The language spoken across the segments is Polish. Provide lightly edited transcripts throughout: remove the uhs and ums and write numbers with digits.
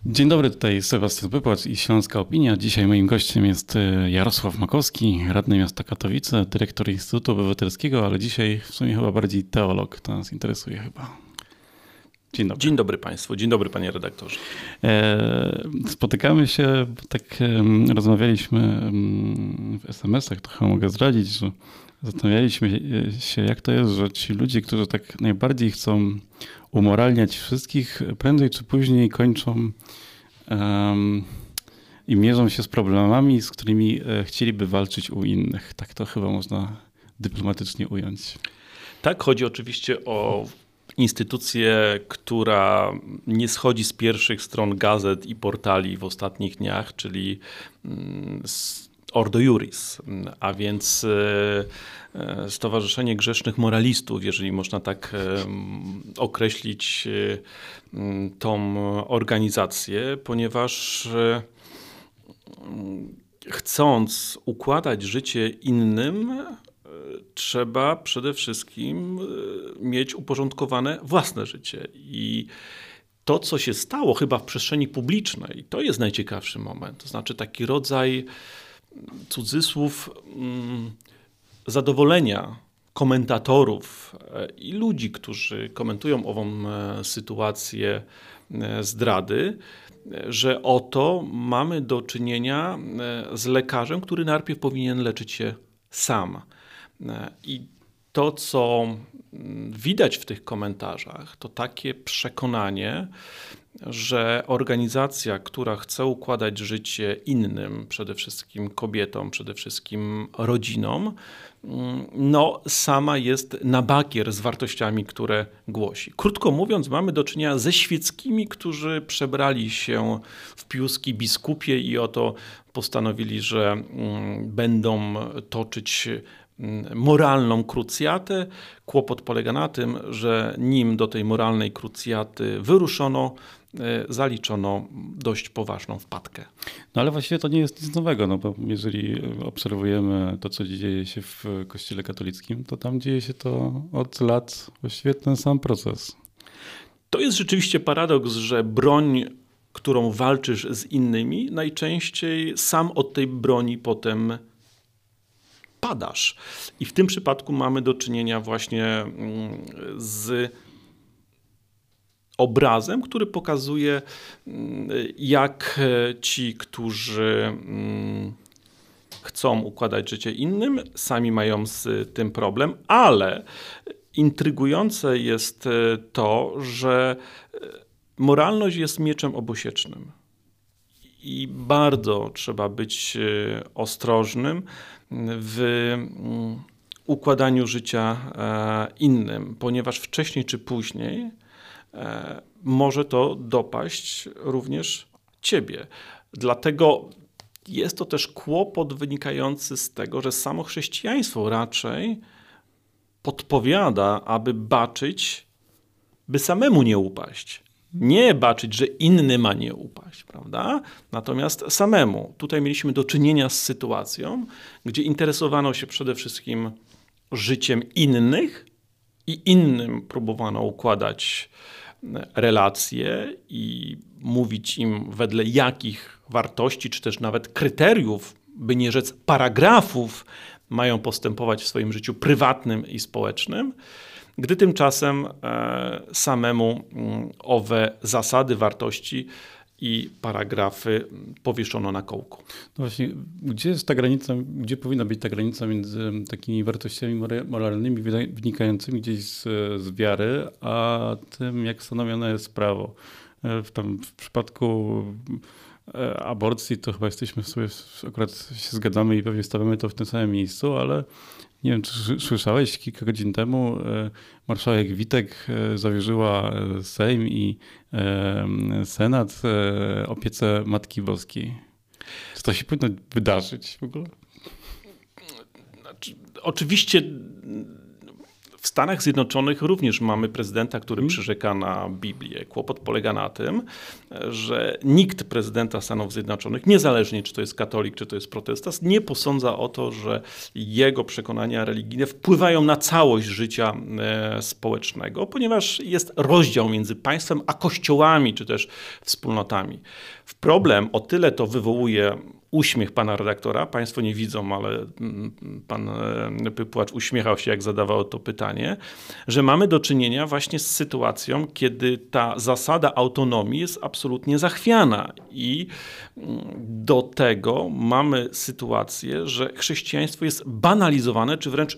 Dzień dobry, tutaj Sebastian Wypłacz i Śląska Opinia. Dzisiaj moim gościem jest Jarosław Makowski, radny miasta Katowice, dyrektor Instytutu Obywatelskiego, ale dzisiaj w sumie chyba bardziej teolog, to nas interesuje chyba. Dzień dobry. Dzień dobry Państwu, dzień dobry Panie redaktorze. Spotykamy się, bo tak rozmawialiśmy w SMS-ach, trochę mogę zdradzić, że zastanawialiśmy się, jak to jest, że ci ludzie, którzy tak najbardziej chcą umoralniać wszystkich, prędzej czy później kończą i mierzą się z problemami, z którymi chcieliby walczyć u innych. Tak to chyba można dyplomatycznie ująć. Tak, chodzi oczywiście o instytucję, która nie schodzi z pierwszych stron gazet i portali w ostatnich dniach, czyli Ordo Iuris, a więc Stowarzyszenie Grzesznych Moralistów, jeżeli można tak określić tą organizację, ponieważ chcąc układać życie innym, trzeba przede wszystkim mieć uporządkowane własne życie. I to, co się stało chyba w przestrzeni publicznej, to jest najciekawszy moment. To znaczy taki rodzaj, cudzysłów, zadowolenia komentatorów i ludzi, którzy komentują ową sytuację zdrady, że oto mamy do czynienia z lekarzem, który najpierw powinien leczyć się sam. I to, co widać w tych komentarzach, to takie przekonanie, że organizacja, która chce układać życie innym, przede wszystkim kobietom, przede wszystkim rodzinom, no sama jest na bakier z wartościami, które głosi. Krótko mówiąc, mamy do czynienia ze świeckimi, którzy przebrali się w piuski biskupie i oto postanowili, że będą toczyć moralną krucjatę. Kłopot polega na tym, że nim do tej moralnej krucjaty wyruszono, zaliczono dość poważną wpadkę. No ale właściwie to nie jest nic nowego, no bo jeżeli obserwujemy to, co dzieje się w Kościele katolickim, to tam dzieje się to od lat właściwie ten sam proces. To jest rzeczywiście paradoks, że broń, którą walczysz z innymi, najczęściej sam od tej broni potem padasz. I w tym przypadku mamy do czynienia właśnie z obrazem, który pokazuje, jak ci, którzy chcą układać życie innym, sami mają z tym problem, ale intrygujące jest to, że moralność jest mieczem obosiecznym i bardzo trzeba być ostrożnym w układaniu życia innym, ponieważ wcześniej czy później może to dopaść również ciebie. Dlatego jest to też kłopot wynikający z tego, że samo chrześcijaństwo raczej podpowiada, aby baczyć, by samemu nie upaść. Nie baczyć, że inny ma nie upaść, prawda? Natomiast samemu. Tutaj mieliśmy do czynienia z sytuacją, gdzie interesowano się przede wszystkim życiem innych i innym próbowano układać relacje i mówić im wedle jakich wartości, czy też nawet kryteriów, by nie rzec paragrafów, mają postępować w swoim życiu prywatnym i społecznym, gdy tymczasem samemu owe zasady, wartości i paragrafy powieszono na kołku. No właśnie, gdzie jest ta granica, gdzie powinna być ta granica między takimi wartościami moralnymi wynikającymi gdzieś z wiary, a tym, jak stanowione jest prawo? W przypadku aborcji to chyba jesteśmy sobie, akurat się zgadzamy i pewnie stawiamy to w tym samym miejscu, ale nie wiem, czy słyszałeś, kilka godzin temu marszałek Witek zawierzyła Sejm i Senat opiece Matki Boskiej. Czy to się powinno wydarzyć w ogóle? Oczywiście W Stanach Zjednoczonych również mamy prezydenta, który przyrzeka na Biblię. Kłopot polega na tym, że nikt prezydenta Stanów Zjednoczonych, niezależnie czy to jest katolik, czy to jest protestant, nie posądza o to, że jego przekonania religijne wpływają na całość życia społecznego, ponieważ jest rozdział między państwem a kościołami, czy też wspólnotami. Problem o tyle to wywołuje uśmiech pana redaktora. Państwo nie widzą, ale pan Pypłacz uśmiechał się, jak zadawał to pytanie, że mamy do czynienia właśnie z sytuacją, kiedy ta zasada autonomii jest absolutnie zachwiana i do tego mamy sytuację, że chrześcijaństwo jest banalizowane, czy wręcz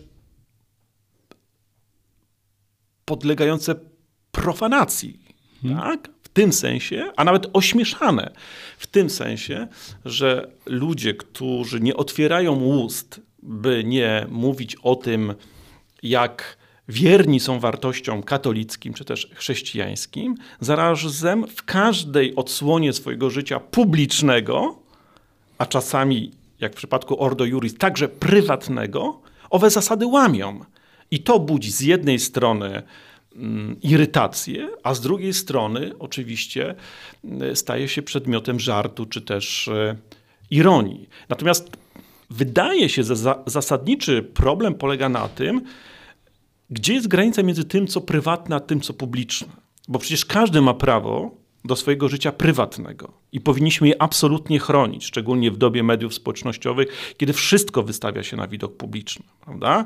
podlegające profanacji. Tak? W tym sensie, a nawet ośmieszane, w tym sensie, że ludzie, którzy nie otwierają ust, by nie mówić o tym, jak wierni są wartościom katolickim czy też chrześcijańskim, zarazem w każdej odsłonie swojego życia publicznego, a czasami, jak w przypadku Ordo Iuris, także prywatnego, owe zasady łamią. I to budzi z jednej strony irytację, a z drugiej strony oczywiście staje się przedmiotem żartu czy też ironii. Natomiast wydaje się, że zasadniczy problem polega na tym, gdzie jest granica między tym, co prywatne, a tym, co publiczne. Bo przecież każdy ma prawo do swojego życia prywatnego i powinniśmy je absolutnie chronić, szczególnie w dobie mediów społecznościowych, kiedy wszystko wystawia się na widok publiczny, prawda?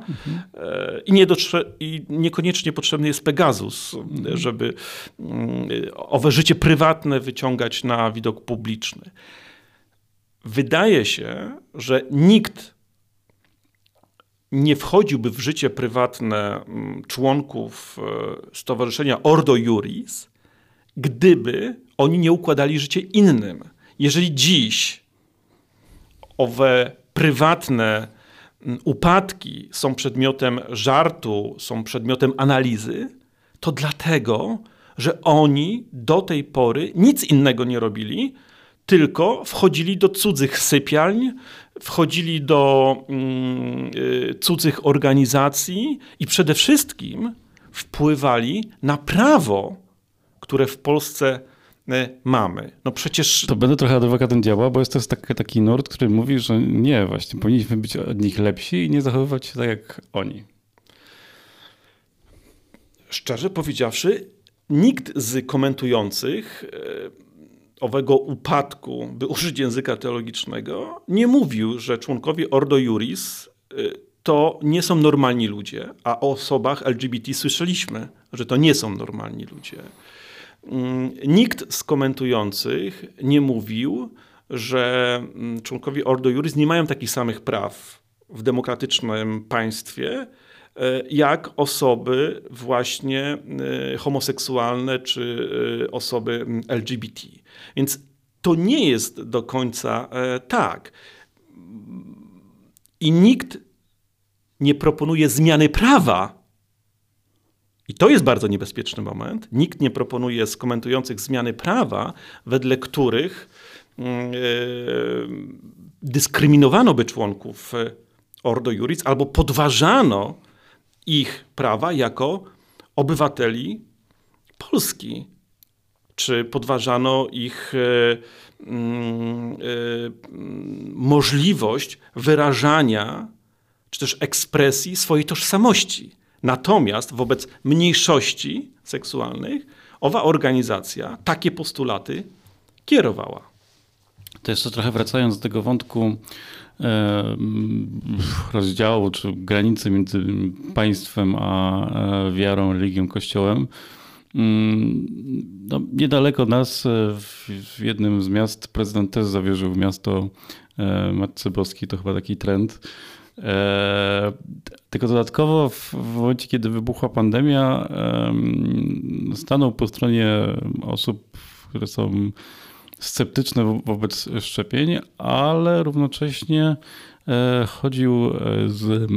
I niekoniecznie potrzebny jest Pegasus, żeby owe życie prywatne wyciągać na widok publiczny. Wydaje się, że nikt nie wchodziłby w życie prywatne członków Stowarzyszenia Ordo Iuris, gdyby oni nie układali życie innym. Jeżeli dziś owe prywatne upadki są przedmiotem żartu, są przedmiotem analizy, to dlatego, że oni do tej pory nic innego nie robili, tylko wchodzili do cudzych sypialń, wchodzili do cudzych organizacji i przede wszystkim wpływali na prawo, które w Polsce mamy. No przecież... To będę trochę adwokatem diabła, bo jest to taki nurt, który mówi, że nie, właśnie powinniśmy być od nich lepsi i nie zachowywać się tak jak oni. Szczerze powiedziawszy, nikt z komentujących owego upadku, by użyć języka teologicznego, nie mówił, że członkowie Ordo Iuris to nie są normalni ludzie, a o osobach LGBT słyszeliśmy, że to nie są normalni ludzie. Nikt z komentujących nie mówił, że członkowie Ordo Iuris nie mają takich samych praw w demokratycznym państwie, jak osoby właśnie homoseksualne czy osoby LGBT. Więc to nie jest do końca tak. I nikt nie proponuje zmiany prawa. I to jest bardzo niebezpieczny moment. Nikt nie proponuje z komentujących zmiany prawa, wedle których dyskryminowano by członków Ordo Iuris albo podważano ich prawa jako obywateli Polski, czy podważano ich możliwość wyrażania, czy też ekspresji swojej tożsamości. Natomiast wobec mniejszości seksualnych owa organizacja takie postulaty kierowała. To jeszcze trochę wracając do tego wątku rozdziału czy granicy między państwem a wiarą, religią, kościołem. No, niedaleko nas w jednym z miast prezydent też zawierzył miasto Matce Boskiej, to chyba taki trend. Tylko dodatkowo w momencie, kiedy wybuchła pandemia, stanął po stronie osób, które są sceptyczne wobec szczepień, ale równocześnie chodził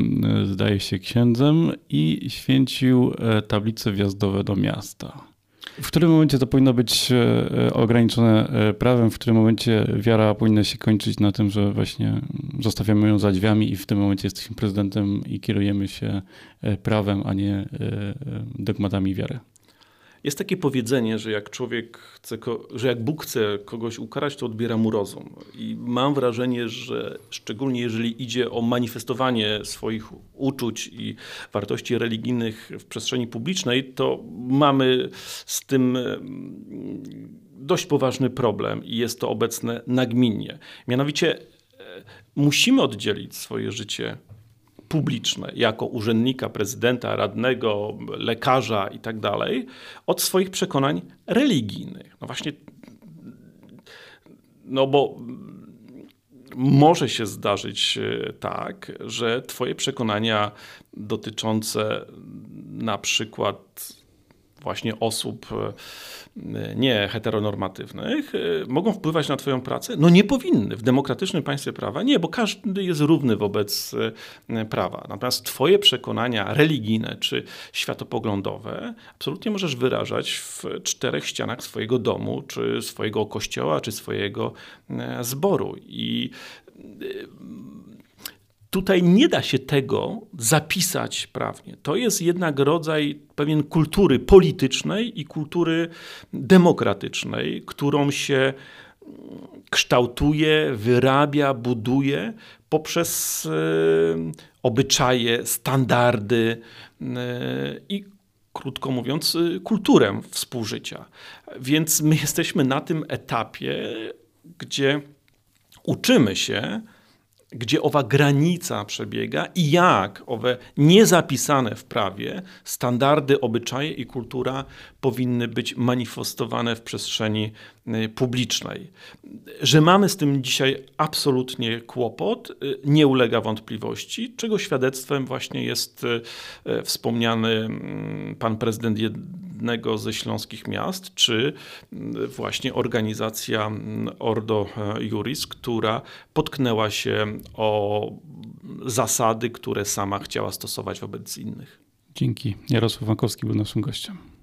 zdaje się, księdzem i święcił tablice wjazdowe do miasta. W którym momencie to powinno być ograniczone prawem, w którym momencie wiara powinna się kończyć na tym, że właśnie zostawiamy ją za drzwiami i w tym momencie jesteśmy prezydentem i kierujemy się prawem, a nie dogmatami wiary? Jest takie powiedzenie, że jak że jak Bóg chce kogoś ukarać, to odbiera mu rozum. I mam wrażenie, że szczególnie jeżeli idzie o manifestowanie swoich uczuć i wartości religijnych w przestrzeni publicznej, to mamy z tym dość poważny problem i jest to obecne nagminnie. Mianowicie musimy oddzielić swoje życie publiczne, jako urzędnika, prezydenta, radnego, lekarza i tak dalej, od swoich przekonań religijnych. No właśnie, no bo może się zdarzyć tak, że twoje przekonania dotyczące na przykład właśnie osób nie heteronormatywnych mogą wpływać na twoją pracę? No nie powinny. W demokratycznym państwie prawa nie, bo każdy jest równy wobec prawa. Natomiast twoje przekonania religijne czy światopoglądowe absolutnie możesz wyrażać w 4 ścianach swojego domu, czy swojego kościoła, czy swojego zboru. I tutaj nie da się tego zapisać prawnie. To jest jednak rodzaj pewien kultury politycznej i kultury demokratycznej, którą się kształtuje, wyrabia, buduje poprzez obyczaje, standardy i krótko mówiąc kulturę współżycia. Więc my jesteśmy na tym etapie, gdzie uczymy się, gdzie owa granica przebiega i jak owe niezapisane w prawie standardy, obyczaje i kultura powinny być manifestowane w przestrzeni publicznej. Że mamy z tym dzisiaj absolutnie kłopot, nie ulega wątpliwości, czego świadectwem właśnie jest wspomniany pan prezydent jednego ze śląskich miast, czy właśnie organizacja Ordo Iuris, która potknęła się o zasady, które sama chciała stosować wobec innych. Dzięki. Jarosław Makowski był naszym gościem.